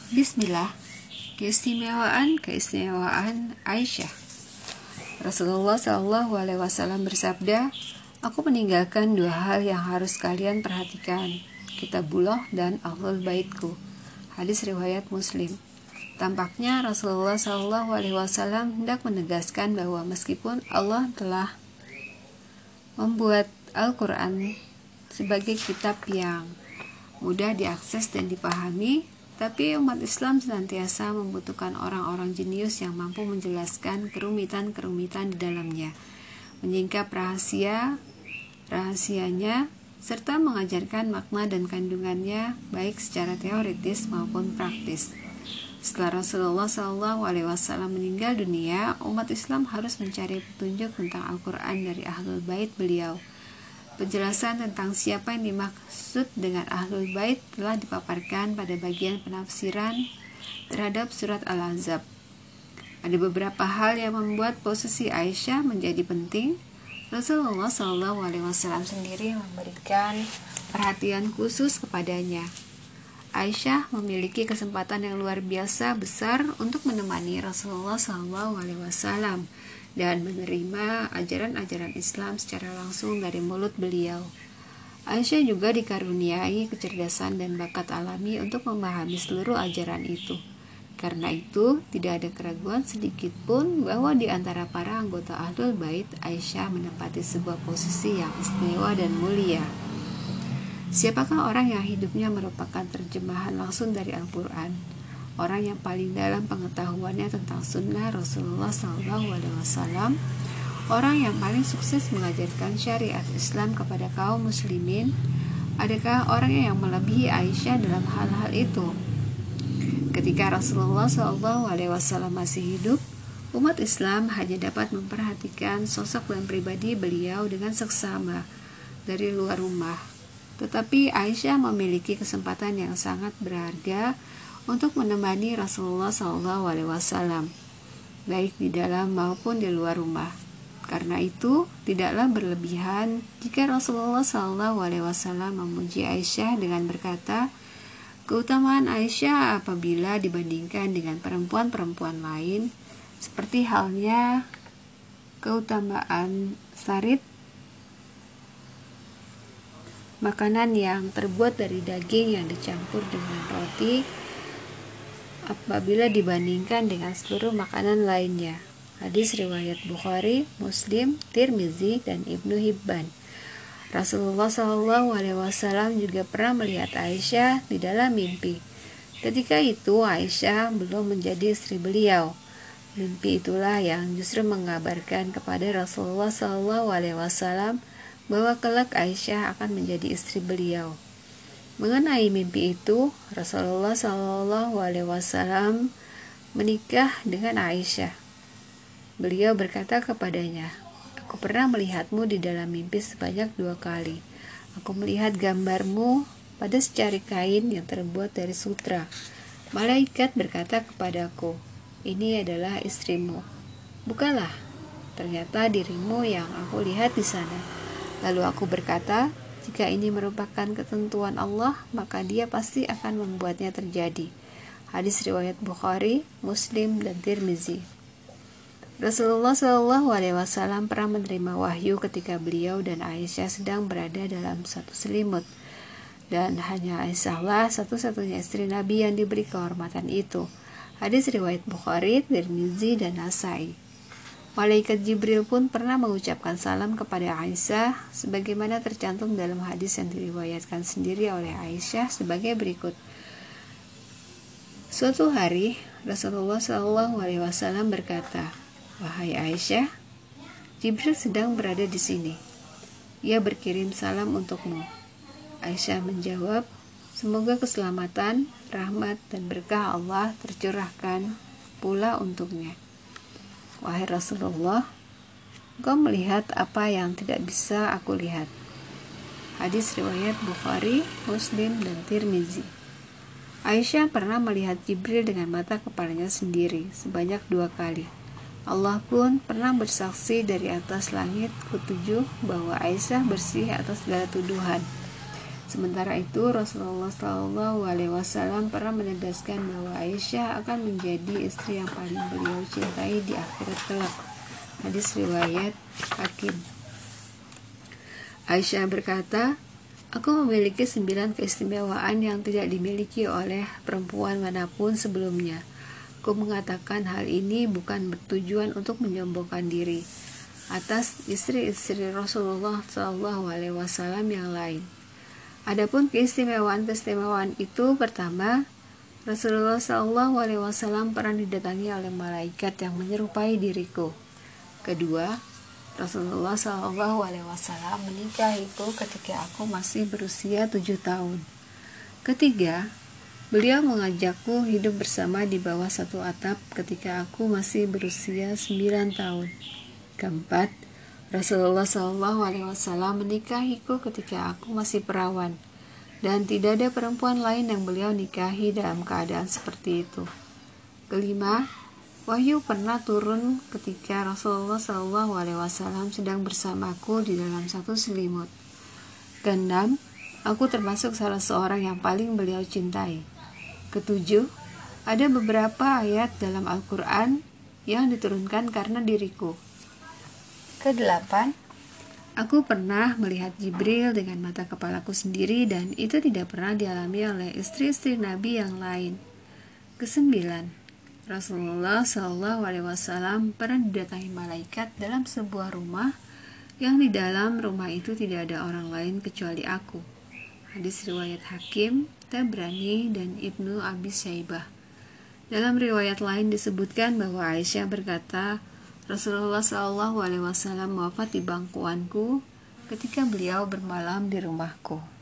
Bismillah. Keistimewaan Aisyah. Rasulullah Shallallahu Alaihi Wasallam bersabda, "Aku meninggalkan dua hal yang harus kalian perhatikan, kitabullah dan ahlul baitku." Hadis riwayat Muslim. Tampaknya Rasulullah Shallallahu Alaihi Wasallam hendak menegaskan bahwa meskipun Allah telah membuat Al-Quran sebagai kitab yang mudah diakses dan dipahami, tapi umat Islam senantiasa membutuhkan orang-orang jenius yang mampu menjelaskan kerumitan-kerumitan di dalamnya, menyingkap rahasianya, serta mengajarkan makna dan kandungannya baik secara teoritis maupun praktis. Setelah Rasulullah SAW meninggal dunia, umat Islam harus mencari petunjuk tentang Al-Quran dari Ahlul Bait beliau. Penjelasan tentang siapa yang dimaksud dengan Ahlul Bait telah dipaparkan pada bagian penafsiran terhadap surat Al-Ahzab. Ada beberapa hal yang membuat posisi Aisyah menjadi penting. Rasulullah SAW sendiri memberikan perhatian khusus kepadanya. Aisyah memiliki kesempatan yang luar biasa besar untuk menemani Rasulullah SAW dan menerima ajaran-ajaran Islam secara langsung dari mulut beliau. Aisyah juga dikaruniai kecerdasan dan bakat alami untuk memahami seluruh ajaran itu. Karena itu, tidak ada keraguan sedikit pun bahwa di antara para anggota Ahlul Bait, Aisyah menempati sebuah posisi yang istimewa dan mulia. Siapakah orang yang hidupnya merupakan terjemahan langsung dari Al-Quran? Orang yang paling dalam pengetahuannya tentang sunnah Rasulullah SAW, orang yang paling sukses mengajarkan syariat Islam kepada kaum muslimin. Adakah orang yang melebihi Aisyah dalam hal-hal itu? Ketika Rasulullah SAW masih hidup, umat Islam hanya dapat memperhatikan sosok dan pribadi beliau dengan seksama dari luar rumah. Tetapi Aisyah memiliki kesempatan yang sangat berharga untuk menemani Rasulullah SAW, baik di dalam maupun di luar rumah. Karena itu, tidaklah berlebihan jika Rasulullah SAW memuji Aisyah dengan berkata, keutamaan Aisyah apabila dibandingkan dengan perempuan-perempuan lain, seperti halnya keutamaan sarit, makanan yang terbuat dari daging yang dicampur dengan roti, apabila dibandingkan dengan seluruh makanan lainnya. Hadis riwayat Bukhari, Muslim, Tirmizi, dan Ibnu Hibban. Rasulullah SAW juga pernah melihat Aisyah di dalam mimpi. Ketika itu Aisyah belum menjadi istri beliau. Mimpi itulah yang justru mengabarkan kepada Rasulullah SAW bahwa kelak Aisyah akan menjadi istri beliau. Mengenai mimpi itu, Rasulullah SAW menikah dengan Aisyah. Beliau berkata kepadanya, "Aku pernah melihatmu di dalam mimpi sebanyak 2 kali. Aku melihat gambarmu pada secari kain yang terbuat dari sutra. Malaikat berkata kepadaku, 'Ini adalah istrimu. Bukalah, ternyata dirimu yang aku lihat di sana.' Lalu aku berkata, jika ini merupakan ketentuan Allah, maka Dia pasti akan membuatnya terjadi." Hadis riwayat Bukhari, Muslim, dan Tirmizi. Rasulullah SAW pernah menerima wahyu ketika beliau dan Aisyah sedang berada dalam satu selimut, dan hanya Aisyahlah satu-satunya istri Nabi yang diberi kehormatan itu. Hadis riwayat Bukhari, Tirmizi, dan Nasai. Malaikat Jibril pun pernah mengucapkan salam kepada Aisyah sebagaimana tercantum dalam hadis yang diriwayatkan sendiri oleh Aisyah sebagai berikut. Suatu hari Rasulullah SAW berkata, "Wahai Aisyah, Jibril sedang berada di sini. Ia berkirim salam untukmu." Aisyah menjawab, "Semoga keselamatan, rahmat, dan berkah Allah tercurahkan pula untuknya." Wahai Rasulullah, Engkau melihat apa yang tidak bisa aku lihat. Hadis riwayat Bukhari, Muslim, dan Tirmizi. Aisyah pernah melihat Jibril dengan mata kepalanya sendiri sebanyak 2 kali. Allah pun pernah bersaksi dari atas langit ke-7 bahwa Aisyah bersih atas segala tuduhan. Sementara itu, Rasulullah SAW pernah menegaskan bahwa Aisyah akan menjadi istri yang paling beliau cintai di akhirat kelak. Hadis riwayat Hakim. Aisyah berkata, "Aku memiliki 9 keistimewaan yang tidak dimiliki oleh perempuan manapun sebelumnya. Aku mengatakan hal ini bukan bertujuan untuk menyombongkan diri atas istri-istri Rasulullah SAW yang lain. Adapun keistimewaan itu, pertama, Rasulullah SAW pernah didatangi oleh malaikat yang menyerupai diriku. Kedua, Rasulullah SAW menikahiku ketika aku masih berusia 7 tahun. Ketiga, beliau mengajakku hidup bersama di bawah satu atap ketika aku masih berusia 9 tahun. Keempat, Rasulullah SAW menikahiku ketika aku masih perawan, dan tidak ada perempuan lain yang beliau nikahi dalam keadaan seperti itu. Kelima, wahyu pernah turun ketika Rasulullah SAW sedang bersamaku di dalam satu selimut. Keenam, aku termasuk salah seorang yang paling beliau cintai. Ketujuh, ada beberapa ayat dalam Al-Quran yang diturunkan karena diriku. Kedelapan, aku pernah melihat Jibril dengan mata kepalaku sendiri dan itu tidak pernah dialami oleh istri-istri Nabi yang lain. Kesembilan, Rasulullah SAW pernah didatangi malaikat dalam sebuah rumah yang di dalam rumah itu tidak ada orang lain kecuali aku. Hadis riwayat Hakim, Tabrani, dan Ibnu Abi Syaibah. Dalam riwayat lain disebutkan bahwa Aisyah berkata, Rasulullah SAW wafat di bangkuanku ketika beliau bermalam di rumahku.